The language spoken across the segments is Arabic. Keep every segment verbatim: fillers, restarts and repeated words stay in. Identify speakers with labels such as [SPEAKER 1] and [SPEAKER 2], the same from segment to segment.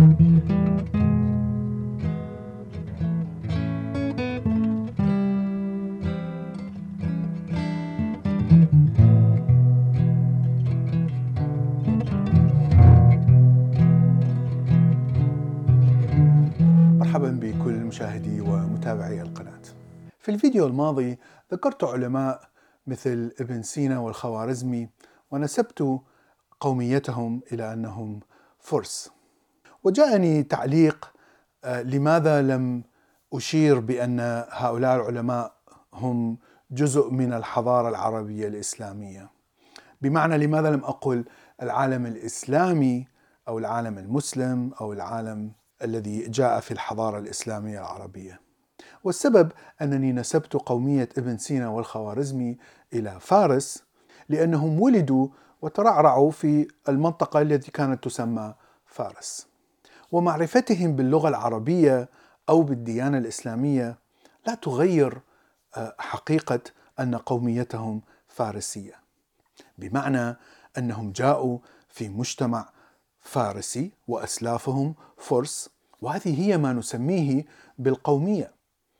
[SPEAKER 1] مرحبا بكل مشاهدي ومتابعي القناة. في الفيديو الماضي ذكرت علماء مثل ابن سينا والخوارزمي ونسبت قوميتهم إلى أنهم فرس، وجاءني تعليق لماذا لم أشير بأن هؤلاء العلماء هم جزء من الحضارة العربية الإسلامية، بمعنى لماذا لم أقل العالم الإسلامي أو العالم المسلم أو العالم الذي جاء في الحضارة الإسلامية العربية. والسبب أنني نسبت قومية ابن سينا والخوارزمي إلى فارس لأنهم ولدوا وترعرعوا في المنطقة التي كانت تسمى فارس، ومعرفتهم باللغة العربية أو بالديانة الإسلامية لا تغير حقيقة أن قوميتهم فارسية، بمعنى أنهم جاءوا في مجتمع فارسي وأسلافهم فرس، وهذه هي ما نسميه بالقومية،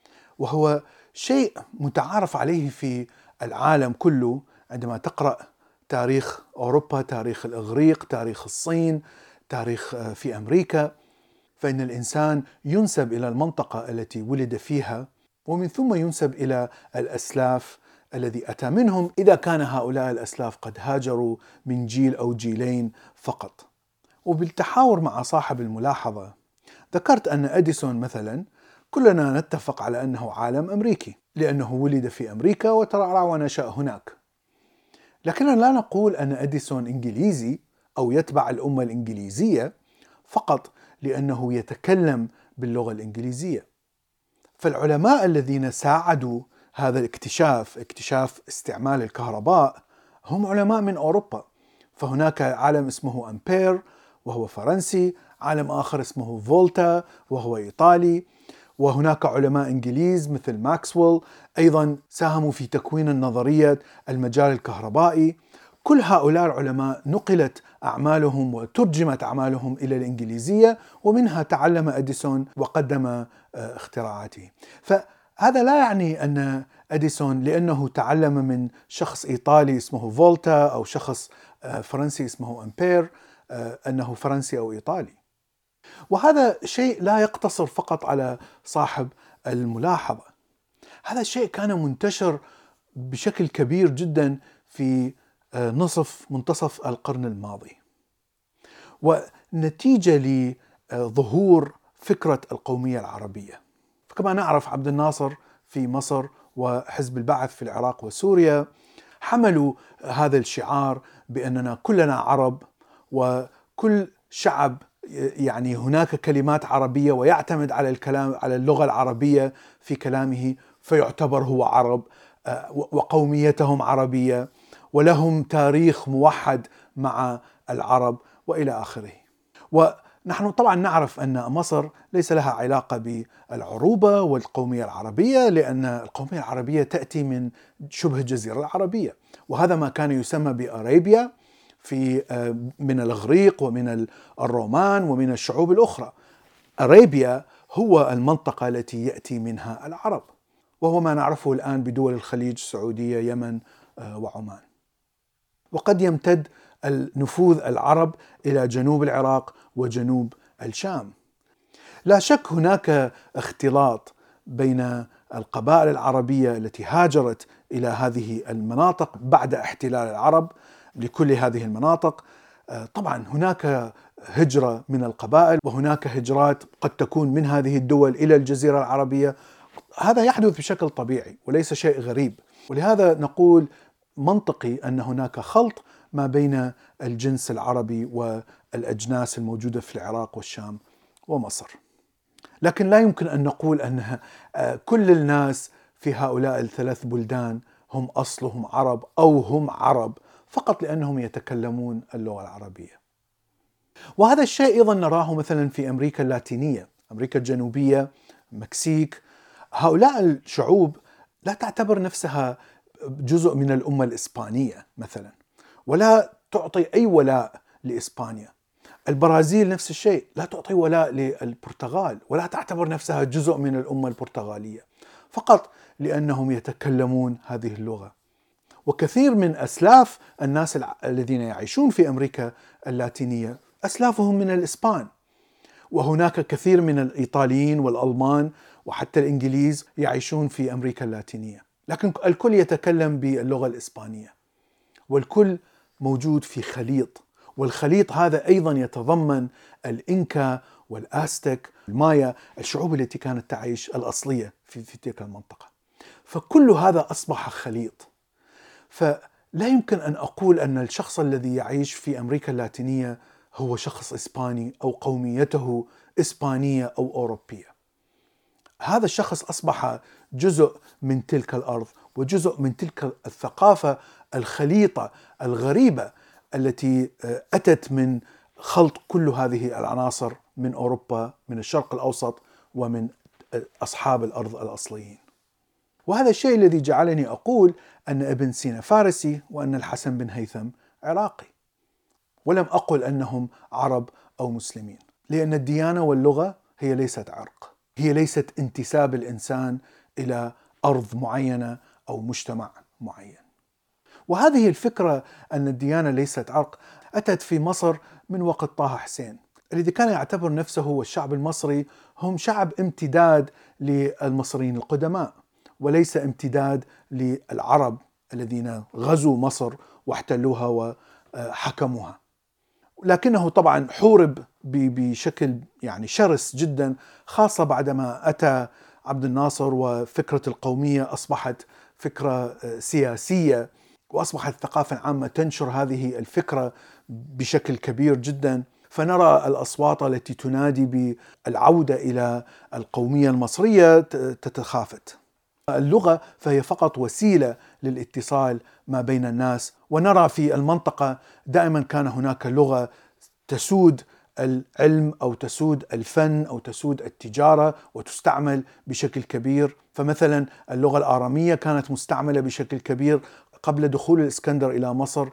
[SPEAKER 1] وهو شيء متعارف عليه في العالم كله. عندما تقرأ تاريخ أوروبا، تاريخ الإغريق، تاريخ الصين، تاريخ في أمريكا، فإن الإنسان ينسب إلى المنطقة التي ولد فيها، ومن ثم ينسب إلى الأسلاف الذي أتى منهم، إذا كان هؤلاء الأسلاف قد هاجروا من جيل أو جيلين فقط. وبالتحاور مع صاحب الملاحظة ذكرت أن أديسون مثلا كلنا نتفق على أنه عالم أمريكي لأنه ولد في أمريكا وترعرع ونشأ هناك، لكننا لا نقول أن أديسون إنجليزي أو يتبع الأمة الإنجليزية فقط لأنه يتكلم باللغة الإنجليزية. فالعلماء الذين ساعدوا هذا الاكتشاف، اكتشاف استعمال الكهرباء، هم علماء من أوروبا. فهناك عالم اسمه أمبير وهو فرنسي، عالم آخر اسمه فولتا وهو إيطالي، وهناك علماء إنجليز مثل ماكسويل أيضا ساهموا في تكوين النظرية المجال الكهربائي. كل هؤلاء العلماء نقلت أعمالهم وترجمت أعمالهم إلى الإنجليزية، ومنها تعلم أديسون وقدم اختراعاته. فهذا لا يعني أن أديسون لأنه تعلم من شخص إيطالي اسمه فولتا أو شخص فرنسي اسمه أمبير أنه فرنسي أو إيطالي. وهذا شيء لا يقتصر فقط على صاحب الملاحظة، هذا الشيء كان منتشر بشكل كبير جدا في نصف منتصف القرن الماضي، ونتيجة لظهور فكرة القومية العربية. فكما نعرف عبد الناصر في مصر وحزب البعث في العراق وسوريا حملوا هذا الشعار بأننا كلنا عرب، وكل شعب يعني هناك كلمات عربية ويعتمد على الكلام على اللغة العربية في كلامه فيعتبر هو عرب، وقوميتهم عربية ولهم تاريخ موحد مع العرب وإلى آخره. ونحن طبعا نعرف أن مصر ليس لها علاقة بالعروبة والقومية العربية، لأن القومية العربية تأتي من شبه الجزيرة العربية، وهذا ما كان يسمى بأريبيا في من الإغريق ومن الرومان ومن الشعوب الأخرى. أريبيا هو المنطقة التي يأتي منها العرب، وهو ما نعرفه الآن بدول الخليج، السعودية، يمن وعمان. وقد يمتد النفوذ العرب إلى جنوب العراق وجنوب الشام. لا شك هناك اختلاط بين القبائل العربية التي هاجرت إلى هذه المناطق بعد احتلال العرب لكل هذه المناطق. طبعا هناك هجرة من القبائل، وهناك هجرات قد تكون من هذه الدول إلى الجزيرة العربية. هذا يحدث بشكل طبيعي وليس شيء غريب، ولهذا نقول منطقي أن هناك خلط ما بين الجنس العربي والأجناس الموجودة في العراق والشام ومصر. لكن لا يمكن أن نقول أن كل الناس في هؤلاء الثلاث بلدان هم أصلهم عرب أو هم عرب فقط لأنهم يتكلمون اللغة العربية. وهذا الشيء أيضا نراه مثلا في أمريكا اللاتينية، أمريكا الجنوبية، مكسيك. هؤلاء الشعوب لا تعتبر نفسها جزء من الأمة الإسبانية مثلا، ولا تعطي أي ولاء لإسبانيا. البرازيل نفس الشيء، لا تعطي ولاء للبرتغال ولا تعتبر نفسها جزء من الأمة البرتغالية، فقط لأنهم يتكلمون هذه اللغة. وكثير من أسلاف الناس الذين يعيشون في أمريكا اللاتينية أسلافهم من الإسبان، وهناك كثير من الإيطاليين والألمان وحتى الإنجليز يعيشون في أمريكا اللاتينية، لكن الكل يتكلم باللغة الإسبانية، والكل موجود في خليط، والخليط هذا أيضا يتضمن الإنكا والآستك المايا، الشعوب التي كانت تعيش الأصلية في, في تلك المنطقة. فكل هذا أصبح خليط. فلا يمكن أن أقول أن الشخص الذي يعيش في أمريكا اللاتينية هو شخص إسباني أو قوميته إسبانية أو أوروبية. هذا الشخص أصبح جزء من تلك الأرض وجزء من تلك الثقافة الخليطة الغريبة التي أتت من خلط كل هذه العناصر من أوروبا، من الشرق الأوسط، ومن أصحاب الأرض الأصليين. وهذا الشيء الذي جعلني أقول أن ابن سينا فارسي وأن الحسن بن هيثم عراقي، ولم أقل أنهم عرب أو مسلمين، لأن الديانة واللغة هي ليست عرق، هي ليست انتساب الإنسان إلى أرض معينة أو مجتمع معين. وهذه الفكرة أن الديانة ليست عرق أتت في مصر من وقت طه حسين، الذي كان يعتبر نفسه والشعب المصري هم شعب امتداد للمصريين القدماء، وليس امتداد للعرب الذين غزوا مصر واحتلوها وحكموها. لكنه طبعا حورب بشكل يعني شرس جدا، خاصة بعدما أتى عبد الناصر وفكرة القومية أصبحت فكرة سياسية، وأصبحت الثقافة العامة تنشر هذه الفكرة بشكل كبير جدا. فنرى الأصوات التي تنادي بالعودة إلى القومية المصرية تتخافت. اللغة فهي فقط وسيلة للاتصال ما بين الناس، ونرى في المنطقة دائما كان هناك لغة تسود العلم أو تسود الفن أو تسود التجارة وتستعمل بشكل كبير. فمثلا اللغة الآرامية كانت مستعملة بشكل كبير قبل دخول الإسكندر إلى مصر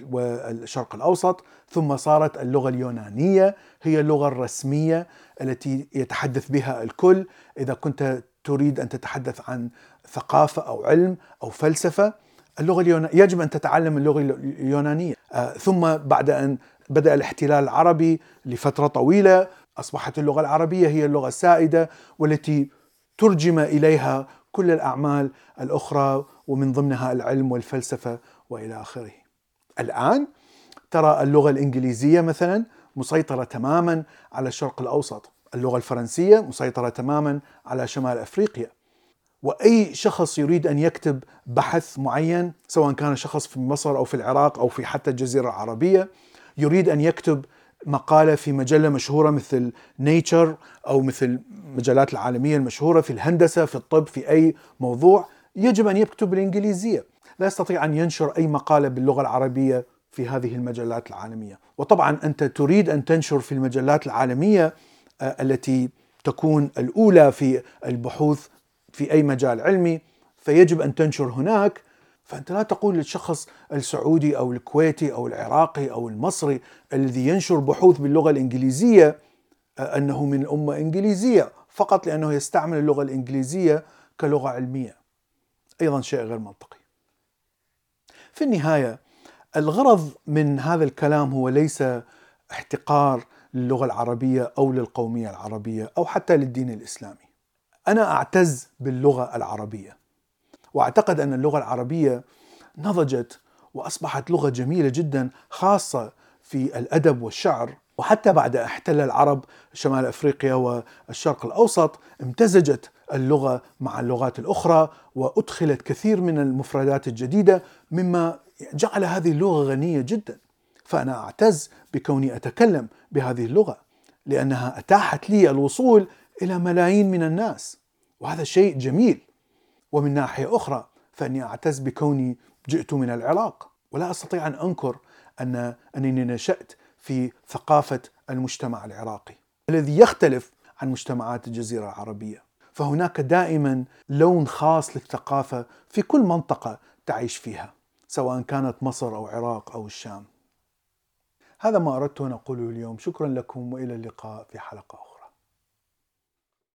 [SPEAKER 1] والشرق الأوسط، ثم صارت اللغة اليونانية هي اللغة الرسمية التي يتحدث بها الكل. إذا كنت تريد أن تتحدث عن ثقافة أو علم أو فلسفة، اللغة اليونانية يجب أن تتعلم اللغة اليونانية. آه ثم بعد أن بدأ الاحتلال العربي لفترة طويلة أصبحت اللغة العربية هي اللغة السائدة والتي ترجم إليها كل الأعمال الأخرى، ومن ضمنها العلم والفلسفة وإلى آخره. الآن ترى اللغة الإنجليزية مثلا مسيطرة تماما على الشرق الأوسط، اللغة الفرنسية مسيطرة تماما على شمال أفريقيا. وأي شخص يريد أن يكتب بحث معين، سواء كان شخص في مصر أو في العراق أو في حتى الجزيرة العربية، يريد أن يكتب مقالة في مجلة مشهورة مثل نيتشر أو مثل مجلات العالمية المشهورة في الهندسة، في الطب، في أي موضوع، يجب أن يكتب بالإنجليزية، لا يستطيع أن ينشر أي مقالة باللغة العربية في هذه المجلات العالمية. وطبعا أنت تريد أن تنشر في المجلات العالمية التي تكون الأولى في البحوث في أي مجال علمي، فيجب أن تنشر هناك. فأنت لا تقول للشخص السعودي أو الكويتي أو العراقي أو المصري الذي ينشر بحوث باللغة الإنجليزية أنه من أمة إنجليزية فقط لأنه يستعمل اللغة الإنجليزية كلغة علمية. أيضا شيء غير منطقي. في النهاية الغرض من هذا الكلام هو ليس احتقار للغة العربية أو للقومية العربية أو حتى للدين الإسلامي. أنا أعتز باللغة العربية، وأعتقد أن اللغة العربية نضجت وأصبحت لغة جميلة جدا، خاصة في الأدب والشعر. وحتى بعد احتل العرب شمال أفريقيا والشرق الأوسط امتزجت اللغة مع اللغات الأخرى وأدخلت كثير من المفردات الجديدة، مما جعل هذه اللغة غنية جدا. فأنا أعتز بكوني أتكلم بهذه اللغة لأنها أتاحت لي الوصول إلى ملايين من الناس، وهذا شيء جميل. ومن ناحية أخرى فإني أعتز بكوني جئت من العراق، ولا أستطيع أن أنكر أن أنني نشأت في ثقافة المجتمع العراقي الذي يختلف عن مجتمعات الجزيرة العربية. فهناك دائما لون خاص للثقافة في كل منطقة تعيش فيها، سواء كانت مصر أو العراق أو الشام. هذا ما أردت أن أقوله اليوم. شكرا لكم وإلى اللقاء في حلقة أخرى.